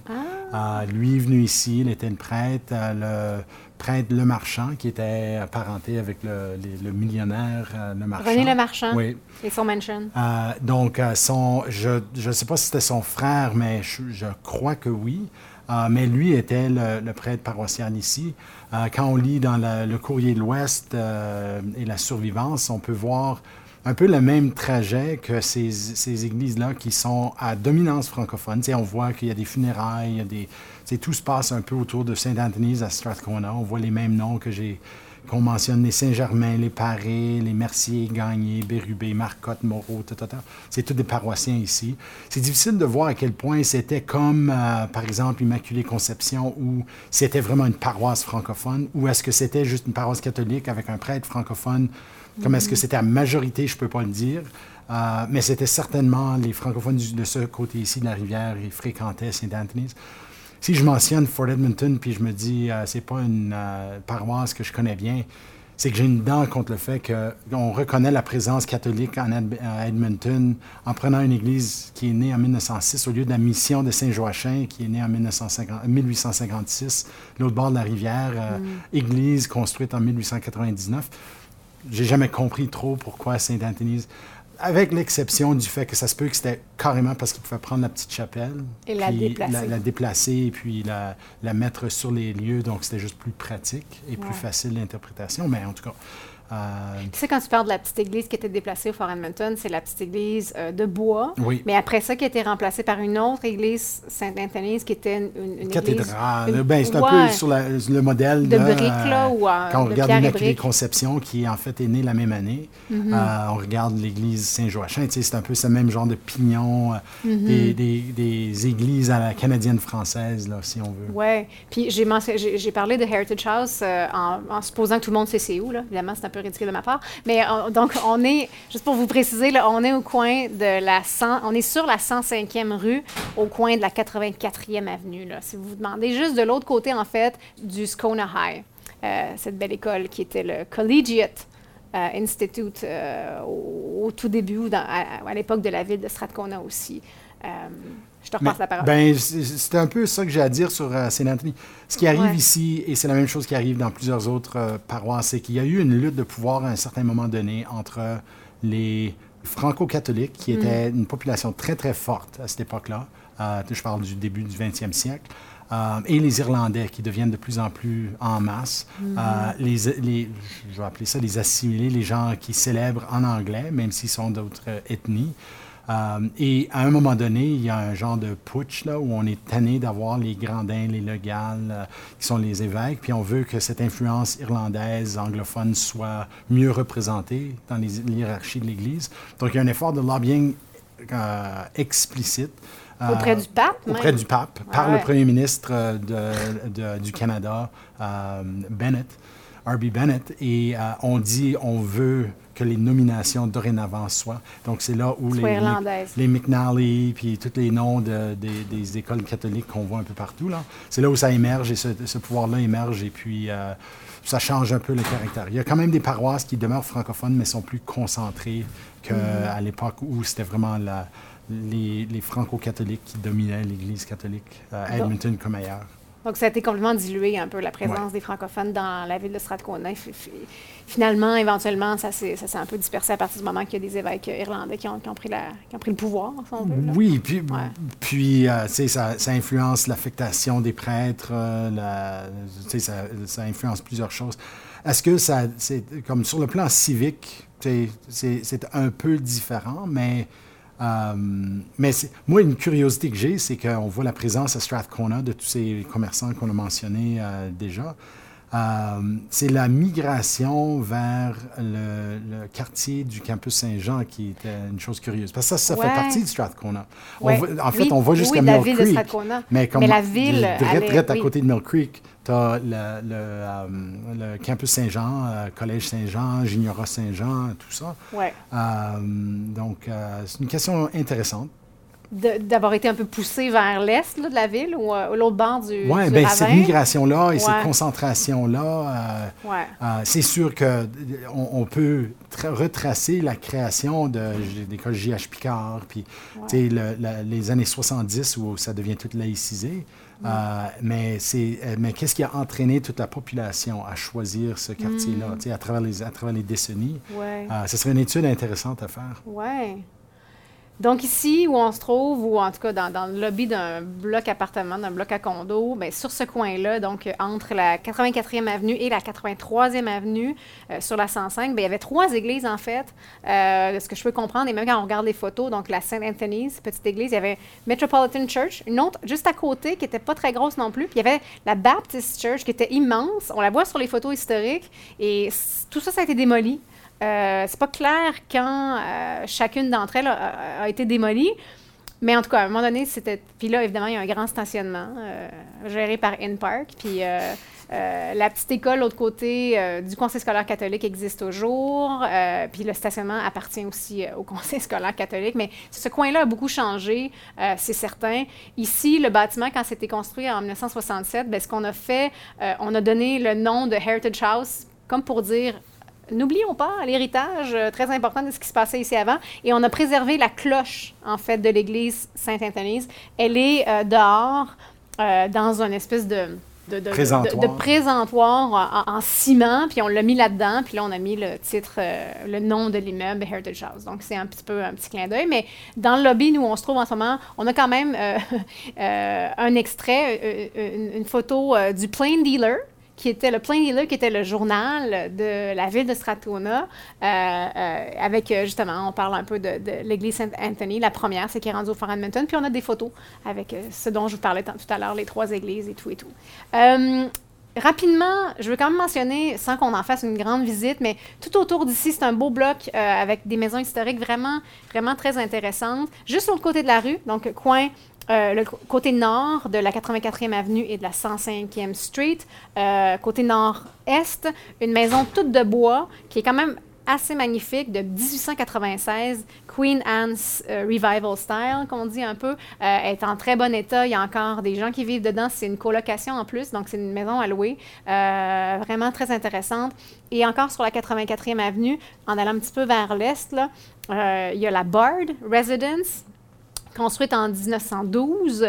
Lui est venu ici, il était le prêtre Lemarchand, qui était apparenté avec le millionnaire Lemarchand. René Lemarchand, oui. et son mansion. Donc, je ne sais pas si c'était son frère, mais je crois que oui. Mais lui était le prêtre paroissial ici. Quand on lit dans le Courrier de l'Ouest et la survivance, on peut voir un peu le même trajet que ces églises-là qui sont à dominance francophone. On voit qu'il y a des funérailles, tout se passe un peu autour de Saint-Anthony à Strathcona. On voit les mêmes noms qu'on mentionne, les Saint-Germain, les Paré, les Mercier, Gagné, Bérubé, Marcotte, Moreau, C'est tous des paroissiens ici. C'est difficile de voir à quel point c'était comme, par exemple, Immaculée Conception, où c'était vraiment une paroisse francophone, ou est-ce que c'était juste une paroisse catholique avec un prêtre francophone. Comme est-ce que c'était à majorité, je ne peux pas le dire. Mais c'était certainement les francophones de ce côté ici de la rivière, ils fréquentaient Saint-Anthony. Si je mentionne Fort Edmonton, puis je me dis c'est pas une paroisse que je connais bien, c'est que j'ai une dent contre le fait qu'on reconnaît la présence catholique à Edmonton en prenant une église qui est née en 1906 au lieu de la mission de Saint-Joachim qui est née en 1856, l'autre bord de la rivière, église construite en 1899. J'ai jamais compris trop pourquoi Saint-Anthony, avec l'exception du fait que ça se peut que c'était carrément parce qu'il pouvait prendre la petite chapelle et la déplacer et puis la mettre sur les lieux, donc c'était juste plus pratique et plus facile d'interprétation, mais en tout cas... Tu sais, quand tu parles de la petite église qui était déplacée au Fort Edmonton, c'est la petite église de bois, mais après ça qui a été remplacée par une autre église Saint-Anthony qui était une cathédrale. Église... c'est un peu sur le modèle de briques, là, ou quand on de regarde pierre l'Immaculée Conception, qui en fait est née la même année, on regarde l'église Saint-Joachim, c'est un peu ce même genre de pignon des églises à la canadienne-française, là, si on veut. Oui, puis j'ai parlé de Heritage House en supposant que tout le monde sait c'est où, là. Évidemment, c'est un peu ridicule de ma part. Mais donc, on est, juste pour vous préciser, là, on est au coin de on est sur la 105e rue, au coin de la 84e avenue, là. Si vous vous demandez, juste de l'autre côté, en fait, du Scona High, cette belle école qui était le Collegiate Institute au tout début, à l'époque de la ville de Strathcona aussi. Je te repasse la parole. C'est un peu ça que j'ai à dire sur Saint-Anthony. Ce qui arrive ici, et c'est la même chose qui arrive dans plusieurs autres paroisses, c'est qu'il y a eu une lutte de pouvoir à un certain moment donné entre les franco-catholiques, qui étaient une population très, très forte à cette époque-là. Je parle du début du 20e siècle. Et les Irlandais, qui deviennent de plus en plus en masse. Je vais appeler ça les assimilés, les gens qui célèbrent en anglais, même s'ils sont d'autres ethnies. Et à un moment donné, il y a un genre de putsch là, où on est tanné d'avoir les Grandins, les Le Gall, qui sont les évêques, puis on veut que cette influence irlandaise, anglophone, soit mieux représentée dans les hiérarchies de l'Église. Donc, il y a un effort de lobbying explicite. Auprès du pape? Auprès du pape, par le premier ministre du Canada, Bennett, R.B. Bennett, et on veut que les nominations dorénavant soient. Donc, c'est là où les McNally, puis tous les noms des écoles catholiques qu'on voit un peu partout, là, c'est là où ça émerge, et ce pouvoir-là émerge, et puis ça change un peu le caractère. Il y a quand même des paroisses qui demeurent francophones, mais sont plus concentrées qu'à l'époque où c'était vraiment les franco-catholiques qui dominaient l'Église catholique à Edmonton comme ailleurs. Donc, ça a été complètement dilué un peu, la présence des francophones dans la ville de Strathcona. Finalement, éventuellement, ça s'est un peu dispersé à partir du moment qu'il y a des évêques irlandais qui ont pris le pouvoir, si on veut. Là. Oui, puis ça influence l'affectation des prêtres, ça influence plusieurs choses. Est-ce que c'est comme sur le plan civique, c'est un peu différent, mais moi, une curiosité que j'ai, c'est qu'on voit la présence à Strathcona de tous ces commerçants qu'on a mentionnés déjà. C'est la migration vers le quartier du campus Saint-Jean qui était une chose curieuse. Parce que ça fait partie de Strathcona. On va jusqu'à Mill Creek. Mais la ville, direct à côté de Mill Creek, tu as le campus Saint-Jean, Collège Saint-Jean, Gignorat Saint-Jean, tout ça. Donc, c'est une question intéressante. d'avoir été un peu poussé vers l'est là, de la ville ou l'autre bord du Oui, bien, ravin. cette migration-là et cette concentration-là, c'est sûr qu'on peut retracer la création de l'école J.H. Picard, puis les années 70 où ça devient tout laïcisé. Mais qu'est-ce qui a entraîné toute la population à choisir ce quartier-là, à travers les décennies? Ce serait une étude intéressante à faire. Oui. Donc ici, où on se trouve, ou en tout cas dans le lobby d'un bloc appartement, d'un bloc à condo, bien, sur ce coin-là, donc entre la 84e avenue et la 83e avenue, sur la 105, bien, il y avait 3 églises en fait, de ce que je peux comprendre, et même quand on regarde les photos, donc la St. Anthony's, petite église, il y avait Metropolitan Church, une autre juste à côté qui n'était pas très grosse non plus, puis il y avait la Baptist Church qui était immense, on la voit sur les photos historiques, et tout ça, ça a été démoli. C'est pas clair quand chacune d'entre elles a été démolie, mais en tout cas, à un moment donné, c'était... Puis là, évidemment, il y a un grand stationnement géré par InPark, puis la petite école, l'autre côté du Conseil scolaire catholique existe toujours, puis le stationnement appartient aussi au Conseil scolaire catholique, mais ce coin-là a beaucoup changé, c'est certain. Ici, le bâtiment, quand c'était construit en 1967, bien, ce qu'on a fait, on a donné le nom de Heritage House, comme pour dire... N'oublions pas l'héritage très important de ce qui se passait ici avant. Et on a préservé la cloche, en fait, de l'église Saint-Anthony's. Elle est dehors, dans une espèce de présentoir en ciment. Puis on l'a mis là-dedans. Puis là, on a mis le titre, le nom de l'immeuble, Heritage House. Donc, c'est un petit clin d'œil. Mais dans le lobby, nous, on se trouve en ce moment, on a quand même un extrait, une photo du Plain Dealer, qui était le Plain Dealer, qui était le journal de la ville de Strathcona, avec, justement, on parle un peu de l'église Saint-Anthony, la première, c'est qui est rendue au Fort Edmonton, puis on a des photos avec ce dont je vous parlais tout à l'heure, les 3 églises et tout et tout. Rapidement, je veux quand même mentionner, sans qu'on en fasse une grande visite, mais tout autour d'ici, c'est un beau bloc avec des maisons historiques vraiment, vraiment très intéressantes. Juste sur le côté de la rue, donc coin... le côté nord de la 84e avenue et de la 105e Street. Côté nord-est, une maison toute de bois qui est quand même assez magnifique, de 1896, Queen Anne's Revival Style, qu'on dit un peu. Elle est en très bon état. Il y a encore des gens qui vivent dedans. C'est une colocation en plus, donc c'est une maison à louer. Vraiment très intéressante. Et encore sur la 84e avenue, en allant un petit peu vers l'est, là, il y a la Bard Residence, construite en 1912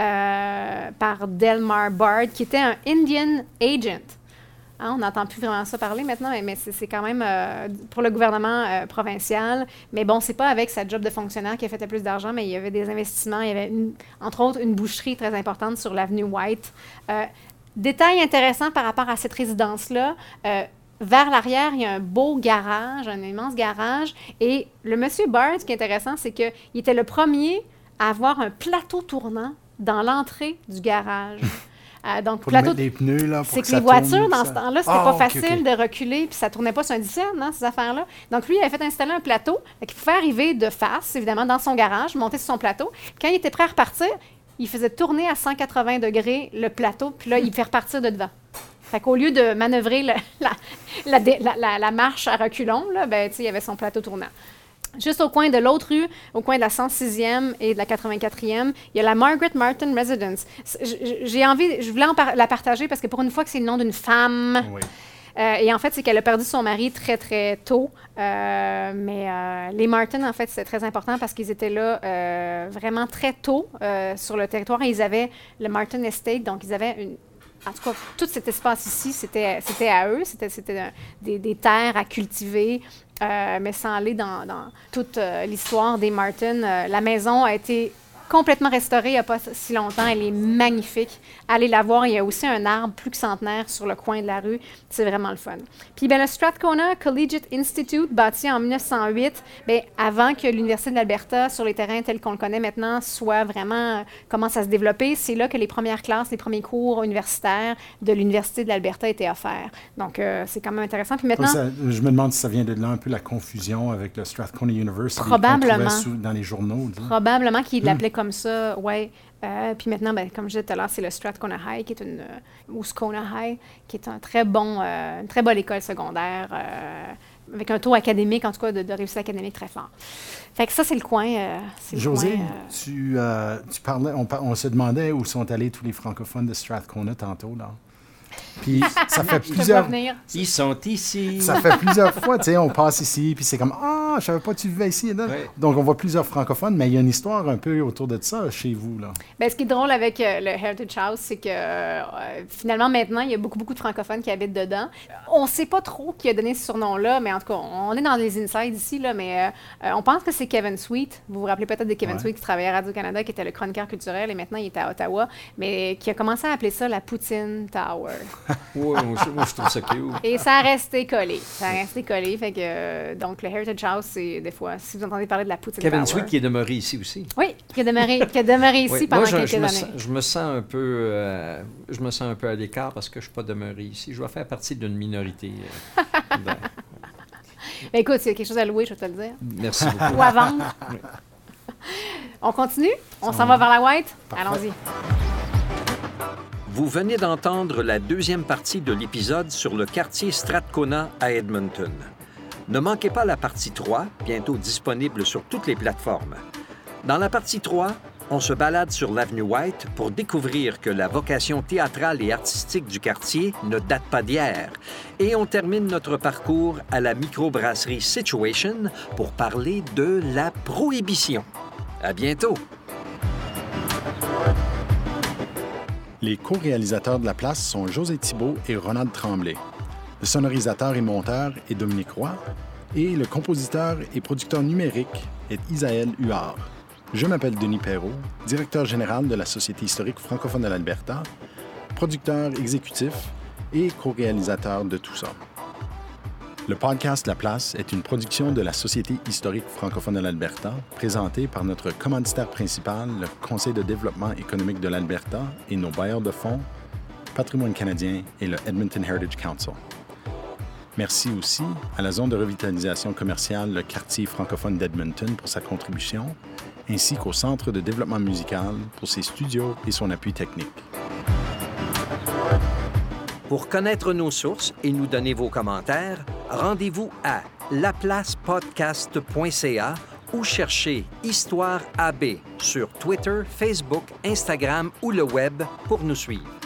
par Delmar Bard, qui était un Indian agent. Hein, on n'entend plus vraiment ça parler maintenant, mais c'est quand même pour le gouvernement provincial. Mais bon, c'est pas avec sa job de fonctionnaire qui a fait le plus d'argent, mais il y avait des investissements. Il y avait, entre autres, une boucherie très importante sur l'avenue White. Détail intéressant par rapport à cette résidence-là, vers l'arrière, il y a un beau garage, un immense garage. Et le monsieur Bard, ce qui est intéressant, c'est qu'il était le premier à avoir un plateau tournant dans l'entrée du garage. Donc, pour mettre des pneus, là, pour c'est que les voitures, dans ce temps-là, c'était pas facile de reculer, puis ça tournait pas sur un dixième, hein, ces affaires-là. Donc, lui, il avait fait installer un plateau, qu'il pouvait arriver de face, évidemment, dans son garage, monter sur son plateau. Quand il était prêt à repartir, il faisait tourner à 180 degrés le plateau, puis là, il fait repartir de devant. Fait qu'au lieu de manœuvrer la marche à reculons, là, ben, il y avait son plateau tournant. Juste au coin de l'autre rue, au coin de la 106e et de la 84e, il y a la Margaret Martin Residence. Je voulais la partager parce que pour une fois que c'est le nom d'une femme. Oui. Et en fait, c'est qu'elle a perdu son mari très, très tôt. Mais les Martin, en fait, c'est très important parce qu'ils étaient là vraiment très tôt sur le territoire. Et ils avaient le Martin Estate, donc ils avaient en tout cas, tout cet espace ici, c'était à eux. C'était des terres à cultiver. Mais sans aller dans toute l'histoire des Martin, la maison a été complètement restaurée il n'y a pas si longtemps. Elle est magnifique. Allez la voir. Il y a aussi un arbre plus que centenaire sur le coin de la rue. C'est vraiment le fun. Puis bien, le Strathcona Collegiate Institute, bâti en 1908, bien, avant que l'Université de l'Alberta, sur les terrains tels qu'on le connaît maintenant, soit vraiment commence à se développer, c'est là que les premières classes, les premiers cours universitaires de l'Université de l'Alberta étaient offerts. Donc, c'est quand même intéressant. Puis maintenant, je me demande si ça vient de là un peu la confusion avec le Strathcona University. Probablement. Dans les journaux. Probablement qu'ils l'appelaient comme ça, oui. Puis maintenant, ben, comme je disais tout à l'heure, c'est le Strathcona High, qui est ou Scona High, qui est une très bonne école secondaire, avec un taux académique, en tout cas, de réussite académique très fort. Fait que ça, c'est le coin. José, tu parlais, on se demandait où sont allés tous les francophones de Strathcona tantôt, là. Puis ça fait plusieurs... Ils sont ici. Ça fait plusieurs fois, tu sais, on passe ici, puis c'est comme « Ah, je savais pas que tu vivais ici. » Donc, on voit plusieurs francophones, mais il y a une histoire un peu autour de ça chez vous, là. Bien, ce qui est drôle avec le Heritage House, c'est que finalement, maintenant, il y a beaucoup de francophones qui habitent dedans. On ne sait pas trop qui a donné ce surnom-là, mais en tout cas, on est dans les insides ici, là, mais on pense que c'est Kevin Sweet. Vous vous rappelez peut-être de Kevin Sweet qui travaillait à Radio-Canada, qui était le chroniqueur culturel, et maintenant, il est à Ottawa, mais qui a commencé à appeler ça la Poutine Tower. Oui, moi, je trouve ça cute. Et ça a resté collé. Fait que, donc, le Heritage House, c'est des fois, si vous entendez parler de la Poutine Kevin Tower. Sweet qui est demeuré ici aussi. Oui, qui a demeuré ici pendant quelques années. Je me sens un peu à l'écart parce que je ne suis pas demeuré ici. Je dois faire partie d'une minorité. Ben, écoute, s'il y a quelque chose à louer, je vais te le dire. Merci beaucoup. Ou à vendre. Oui. On continue? On s'en va vers la White? Parfait. Allons-y. Vous venez d'entendre la deuxième partie de l'épisode sur le quartier Strathcona à Edmonton. Ne manquez pas la partie 3, bientôt disponible sur toutes les plateformes. Dans la partie 3, on se balade sur l'avenue White pour découvrir que la vocation théâtrale et artistique du quartier ne date pas d'hier. Et on termine notre parcours à la microbrasserie Situation pour parler de la prohibition. À bientôt! Les co-réalisateurs de La Place sont José Thibault et Ronald Tremblay. Le sonorisateur et monteur est Dominique Roy. Et le compositeur et producteur numérique est Isaël Huard. Je m'appelle Denis Perrault, directeur général de la Société historique francophone de l'Alberta, producteur exécutif et co-réalisateur de tout ça. Le podcast La Place est une production de la Société historique francophone de l'Alberta, présentée par notre commanditaire principal, le Conseil de développement économique de l'Alberta et nos bailleurs de fonds, Patrimoine canadien et le Edmonton Heritage Council. Merci aussi à la zone de revitalisation commerciale, le quartier francophone d'Edmonton pour sa contribution, ainsi qu'au Centre de développement musical pour ses studios et son appui technique. Pour connaître nos sources et nous donner vos commentaires, rendez-vous à laplacepodcast.ca ou cherchez Histoire AB sur Twitter, Facebook, Instagram ou le web pour nous suivre.